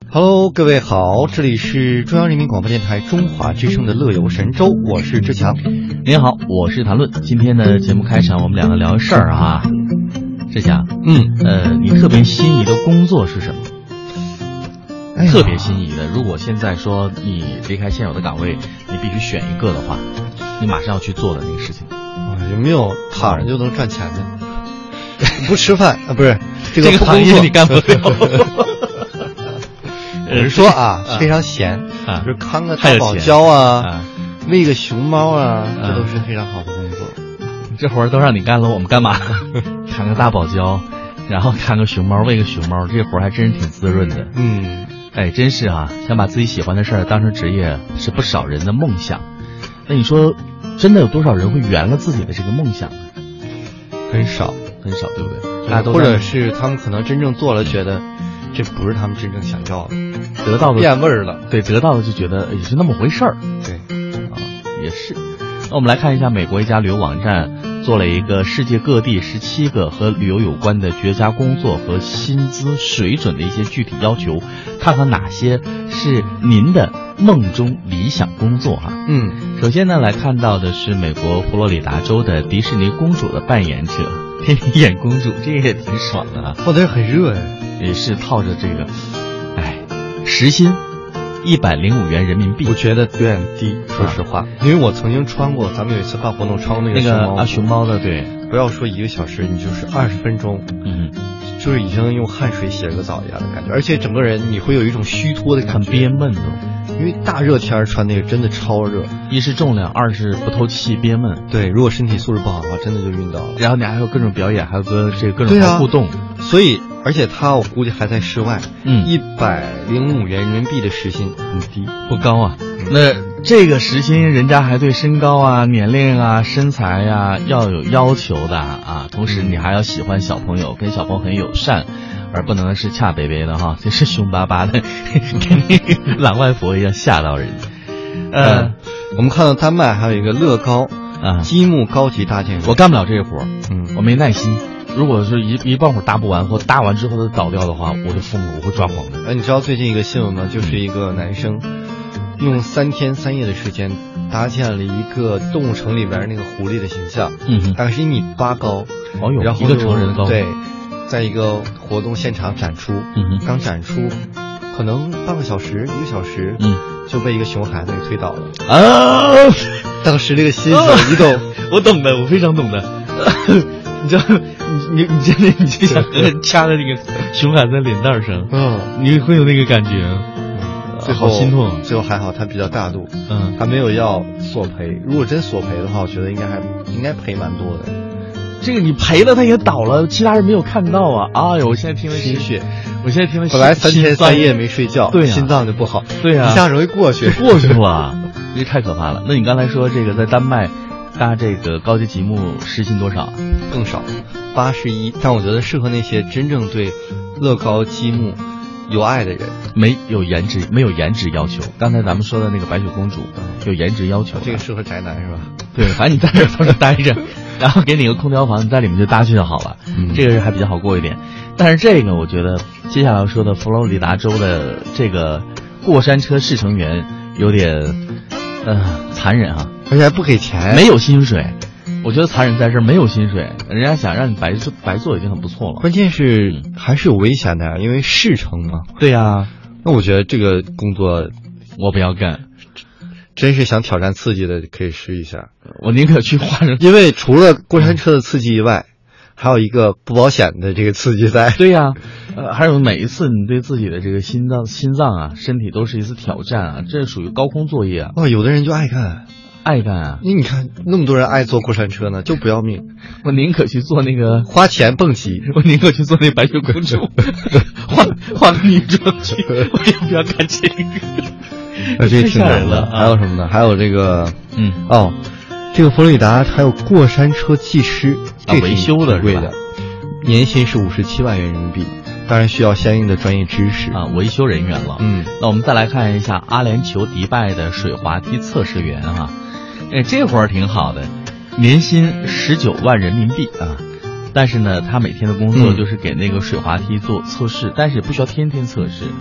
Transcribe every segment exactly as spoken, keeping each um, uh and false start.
Hello， 各位好，这里是中央人民广播电台中华之声的乐游神州，我是志强。 您好，我是谭论。今天的节目开场，我们两个聊事儿啊。志强， 嗯， 呃，你特别心仪的工作是什么？ 哎、 特别心仪的，如果现在说你离开现有的岗位，你必须选一个的话，你马上要去做的那个事情。 啊，有没有躺着就能赚钱的？不吃饭啊，不是这个这个行业你干不了。 我是说啊，非常闲啊， 就是看个大堡礁啊， 啊喂个熊猫啊，这都是非常好的工作。 这活儿都让你干了，我们干嘛？看个大堡礁，然后看个熊猫，喂个熊猫，这活儿还真是挺滋润的。 嗯， 哎，真是啊，想把自己喜欢的事儿当成职业，是不少人的梦想。那你说，真的有多少人会圆了自己的这个梦想呢？ 很少， 很少，对不对？ 大家都或者是他们可能真正做了，觉得这不是他们真正想要的， 得到的变味儿了。 对，得到的就觉得也是那么回事儿。 对， 啊，也是。那我们来看一下美国一家旅游网站做了一个世界各地十七个和旅游有关的绝佳工作和薪资水准的一些具体要求，看看哪些是您的梦中理想工作哈、啊。 嗯， 首先呢，来看到的是美国佛罗里达州的迪士尼公主的扮演者，天天演公主，这个也挺爽的啊。 或者很热呀， 也是套着这个，哎，时薪一百零五元人民币， 我觉得有点低，说实话，因为我曾经穿过，咱们有一次办活动穿过那个熊猫那个啊熊猫的，对， 不要说一个小时，你就是二十分钟， 嗯， 就是已经用汗水洗了个澡一样的感觉，而且整个人你会有一种虚脱的感很觉， 憋闷都。 因为大热天穿那个真的超热， 一是重量，二是不透气憋闷。 对，如果身体素质不好的话，真的就晕倒了。 然后你还有各种表演，还有个这个各种互动， 所以而且他我估计还在室外， 嗯， 一百零五元人民币的时薪很低， 不高啊。 嗯、 那这个时薪，人家还对身高啊、年龄啊、身材呀、啊、要有要求的啊，同时你还要喜欢小朋友，跟小朋友很友善。而不能是恰北北的哈，这是凶巴巴的，跟那个狼外婆一样吓到人。呃、嗯， 我们看到丹麦还有一个乐高啊， 积木高级搭建， 我干不了这个活， 嗯， 我没耐心。如果是一一半会儿搭不完，或搭完之后它倒掉的话，我就疯了，我会抓狂的。 哎，你知道最近一个新闻吗？就是一个男生用三天三夜的时间搭建了一个动物城里边那个狐狸的形象， 嗯， 大概是一米八高， 哦哟， 然后一个成人高， 对。在一个活动现场展出， 嗯， 刚展出，可能半个小时、一个小时， 嗯， 就被一个熊孩子给推倒了啊！ 当时这个心情你懂， 我懂的，我非常懂的。你知道，你你你真的你就想狠狠掐在这个熊孩子的脸蛋上， 嗯， 你会有那个感觉， 最后好心痛。 最后还好他比较大度， 嗯， 他没有要索赔。如果真索赔的话，我觉得应该还应该赔蛮多的。 这个你赔了，他也倒了，其他人没有看到啊！哎呦，我现在听了心血， 我现在听了， 本来三天三夜没睡觉， 对呀、啊， 心脏就不好， 对呀、 啊，一下容易过去， 过去了，这太可怕了。那你刚才说这个在丹麦搭这个高级积木时薪多少啊？ 更少，八十一。但我觉得适合那些真正对乐高积木有爱的人， 没有颜值，没有颜值要求。刚才咱们说的那个白雪公主有颜值要求， 这个适合宅男是吧？ 对，反正你在这儿都待着。然后给你个空调房，你在里面就搭去就好了， 嗯， 这个还比较好过一点。但是这个我觉得接下来要说的佛罗里达州的这个过山车试乘员有点呃残忍啊， 而且还不给钱， 没有薪水。我觉得残忍在这儿没有薪水，人家想让你白做白做已经很不错了。 关键是还是有危险的呀，因为试乘嘛。 对呀、啊， 那我觉得这个工作我不要干。 真是想挑战刺激的，可以试一下。 我宁可去画上， 因为除了过山车的刺激以外，还有一个不保险的这个刺激在。 对呀、啊，呃，还有每一次你对自己的这个心脏、心脏啊、身体都是一次挑战啊，这属于高空作业啊。 哦，有的人就爱干， 爱干啊。 你你看那么多人爱坐过山车呢，就不要命。 我宁可去做那个花钱蹦极， 我宁可去做那白雪公主，画画个女装去，我也不要干这个。 呃，这挺难的。还有什么呢？还有这个， 嗯， 哦，这个佛罗里达还有过山车技师， 啊，维修的贵的，年薪是五十七万元人民币，当然需要相应的专业知识啊，维修人员了。 嗯， 那我们再来看一下阿联酋迪拜的水滑梯测试员哈，哎，这活儿挺好的，年薪十九万人民币啊。但是呢，他每天的工作就是给那个水滑梯做测试，嗯、但是也不需要天天测试。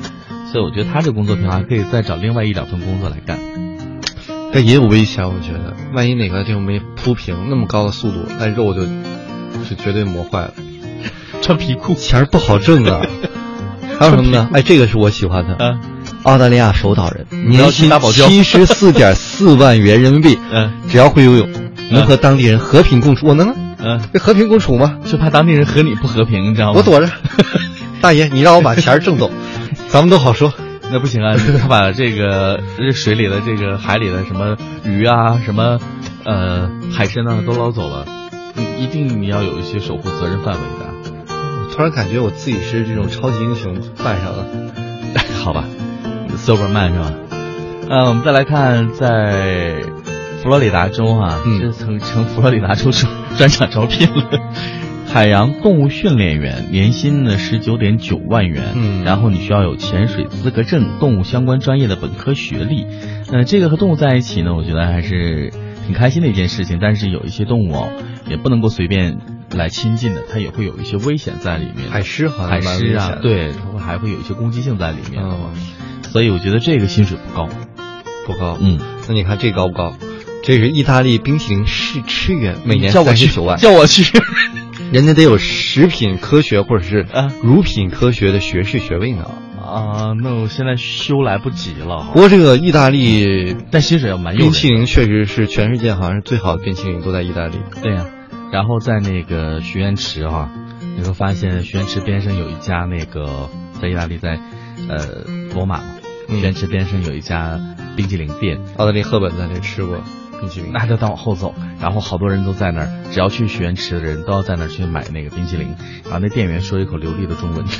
所以我觉得他这工作挺好，可以再找另外一两份工作来干。 但也有危险，我觉得，万一哪个地方没铺平，那么高的速度，那肉就就绝对磨坏了。 穿皮裤， 钱不好挣啊。还有什么呢？哎，这个是我喜欢的。 嗯， 澳大利亚守岛人，年薪七十四点四万元人民币。 嗯， 只要会游泳，能和当地人和平共处。我能啊。 嗯， 这和平共处吗？ 就怕当地人和你不和平，你知道吗？ 我躲着。大爷，你让我把钱挣走，咱们都好说。 那不行啊！他把这个这水里的、这个海里的什么鱼啊、什么呃海参啊都捞走了，你一定你要有一些守护责任范围的。 我突然感觉我自己是这种超级英雄扮上了。 好吧 ，Superman 是吧？嗯、呃，我们再来看在佛罗里达州啊， 嗯、 这成成佛罗里达州专场招聘了。海洋动物训练员，年薪呢十九点九万元， 嗯， 然后你需要有潜水资格证、动物相关专业的本科学历，呃，这个和动物在一起呢，我觉得还是挺开心的一件事情。但是有一些动物哦，也不能够随便来亲近的，它也会有一些危险在里面。 海狮好像海狮啊，对，它会还会有一些攻击性在里面的嘛、 嗯， 所以我觉得这个薪水不高， 不高。 嗯， 那你看这高不高？这是意大利冰淇淋试吃员，每年三十九万， 叫我去。 人家得有食品科学或者是乳品科学的学士学位呢。 啊，那我现在修来不及了。 不过这个意大利， 但薪水要蛮诱人的。 冰淇淋确实是全世界好像是最好的冰淇淋都在意大利。 对呀、啊，然后在那个许愿池哈、啊，你会发现许愿池边上有一家那个在意大利在呃罗马嘛，许愿池边上有一家冰淇淋店， 奥德利赫本在那吃过。冰淇淋， 那就再往后走，然后好多人都在那儿，只要去许愿池的人都要在那儿去买那个冰淇淋，然后那店员说一口流利的中文，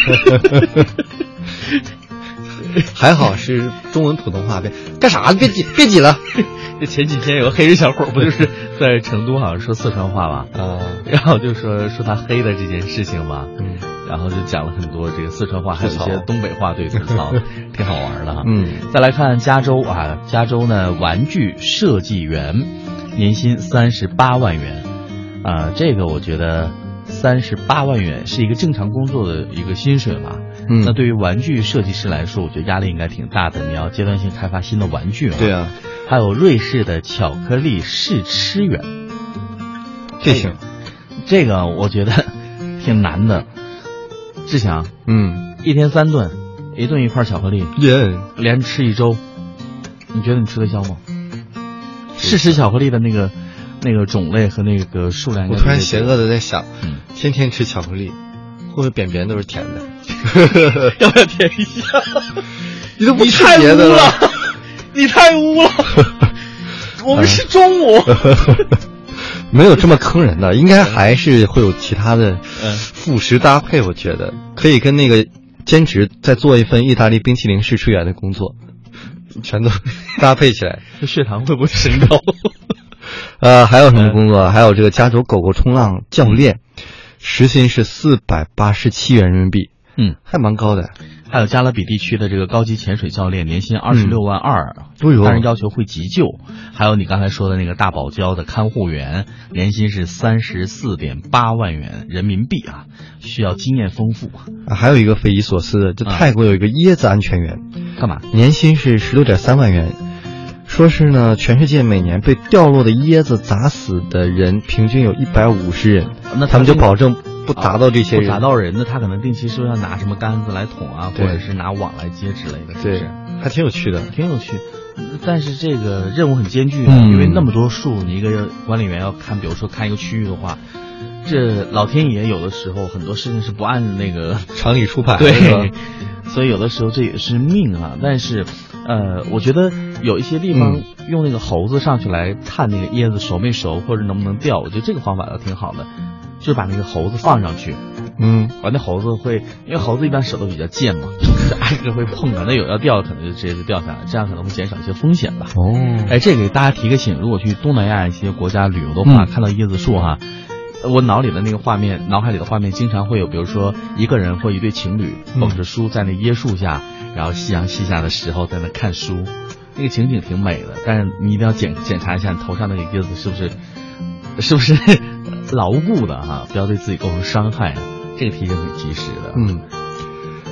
还好是中文普通话，别干啥？别挤，别挤了。 这前几天有个黑人小伙不就是在成都好像说四川话嘛， 啊， 然后就说说他黑的这件事情嘛， 嗯， 然后就讲了很多这个四川话，还有一些东北话对吐槽，挺好玩的哈。 嗯， 再来看加州啊，加州呢玩具设计员，年薪三十八万元，啊，这个我觉得三十八万元是一个正常工作的一个薪水嘛。 嗯， 那对于玩具设计师来说，我觉得压力应该挺大的，你要阶段性开发新的玩具啊。 对啊。 还有瑞士的巧克力试吃员， 这行， 这个我觉得挺难的。志强， 嗯， 一天三顿，一顿一块巧克力， 耶、 yeah. 连吃一周，你觉得你吃得消吗？试吃巧克力的那个那个种类和那个数量， 我突然邪恶的在想， 嗯， 天天吃巧克力，会不会便便都是甜的？ 要不要甜一下？ 你都不吃别的了。 你太污了，我们是中午， 没有这么坑人的，应该还是会有其他的副食搭配。我觉得可以跟那个兼职再做一份意大利冰淇淋试吃员的工作，全都搭配起来。 这血糖会不会升高？ 呃，还有什么工作？嗯、还有这个加州狗狗冲浪教练，时薪是四百八十七元人民币， 嗯， 还蛮高的。 还有加勒比地区的这个高级潜水教练，年薪二十六万二、 嗯， 当然要求会急救。还有你刚才说的那个大堡礁的看护员，年薪是三十四点八万元人民币啊，需要经验丰富啊。还有一个匪夷所思的，就泰国有一个椰子安全员， 干嘛？ 年薪是十六点三万元。说是呢，全世界每年被掉落的椰子砸死的人平均有一百五十人， 那他们就保证不砸到这些人， 不砸到人呢，他可能定期是要拿什么杆子来捅啊，或者是拿网来接之类的，是不是？ 还挺有趣的， 挺有趣。但是这个任务很艰巨的、 嗯， 因为那么多树，你一个管理员要看，比如说看一个区域的话，这老天爷有的时候很多事情是不按那个常理出牌， 对，所以有的时候这也是命啊。但是，呃，我觉得有一些地方用那个猴子上去来探那个椰子熟没熟，或者能不能掉，我觉得这个方法倒挺好的，就是把那个猴子放上去。 嗯， 完那猴子会，因为猴子一般手都比较贱嘛，挨个会碰的，那有要掉可能就直接就掉下来，这样可能会减少一些风险吧。 哦， 哎，这给大家提个醒，如果去东南亚一些国家旅游的话， 嗯、 看到椰子树哈，我脑里的那个画面，脑海里的画面经常会有，比如说一个人或一对情侣捧着书在那椰树下，然后夕阳西下的时候在那看书，那个情景挺美的。但是你一定要检检查一下你头上那个椰子是不是是不是牢固的哈，不要对自己构成伤害。这个提醒挺及时的。 嗯，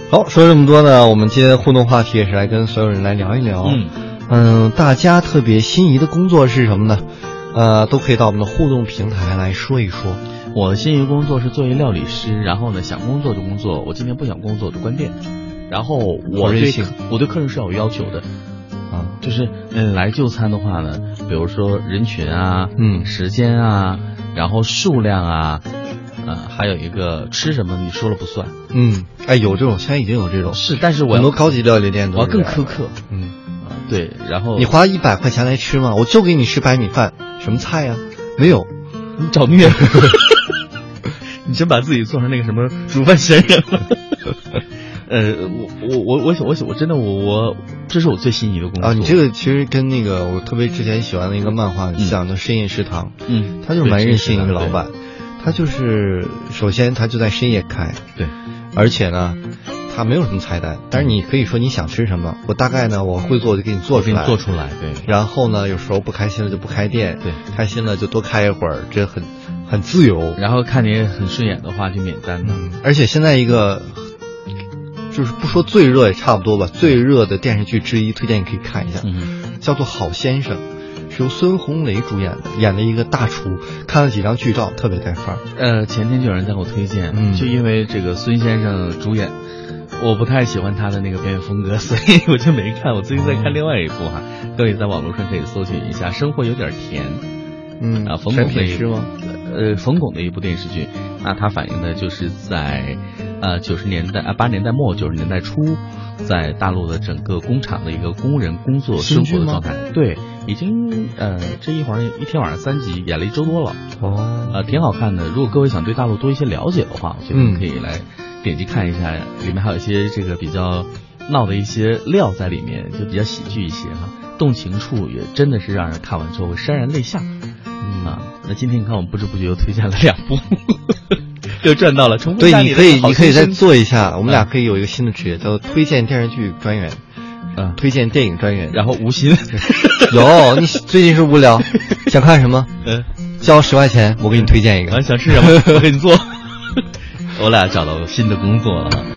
好，说这么多呢，我们今天互动话题也是来跟所有人来聊一聊。 嗯嗯，大家特别心仪的工作是什么呢？呃，都可以到我们的互动平台来说一说。 我心仪工作是作为料理师，然后呢，想工作就工作，我今天不想工作就关店。然后我对我对客人是要有要求的。啊，就是嗯，来就餐的话呢，比如说人群啊， 嗯， 时间啊，然后数量啊，呃，还有一个吃什么你说了不算。 嗯，哎，有这种，现在已经有这种， 是，但是我很多高级料理店都我要更苛刻。 嗯， 啊，对，然后你花一百块钱来吃吗？我就给你吃白米饭，什么菜呀？没有， 你找虐。你真把自己做成那个什么煮饭仙人了。呃，我我我我想我想我真的我我这是我最心仪的工作啊！你这个其实跟那个我特别之前喜欢的一个漫画很像，叫《深夜食堂》。 嗯， 他就是蛮任性一个老板，他就是首先他就在深夜开， 对， 而且呢，他没有什么菜单，但是你可以说你想吃什么，我大概呢我会做就给你做出来， 做出来，对。 然后呢，有时候不开心了就不开店， 对， 开心了就多开一会儿，这很很自由。 然后看你很顺眼的话就免单的。 嗯，而且现在一个。就是不说最热也差不多吧，最热的电视剧之一，推荐你可以看一下， 嗯、 叫做《好先生》，是由孙红雷主演的，演的一个大厨，看了几张剧照，特别带范儿。 呃，前天就有人在给我推荐， 嗯， 就因为这个孙先生主演，我不太喜欢他的那个表演风格，所以我就没看。我最近在看另外一部哈，各位在网络上可以搜寻一下，《生活有点甜》。 嗯啊，冯巩的是吗？ 呃，冯巩的一部电视剧，那它反映的就是在呃九十年代啊八十年代末九十年代初，在大陆的整个工厂的一个工人工作生活的状态。对，已经呃这一会儿一天晚上三集，演了一周多了。 哦， 呃，挺好看的。如果各位想对大陆多一些了解的话，我觉得可以来点击看一下，嗯、里面还有一些这个比较闹的一些料在里面，就比较喜剧一些哈，动情处也真的是让人看完之后会潸然泪下。啊，那今天你看我们不知不觉又推荐了两部，又赚到了。重复对，你可以，你可以再做一下，我们俩嗯、 可以有一个新的职业，叫做推荐电视剧专员， 嗯， 推荐电影专员。 然后无薪。 有，你最近是无聊，想看什么？ 嗯， 交十块钱，我给你推荐一个。 啊，想吃什么？我给你做。我俩找到新的工作了。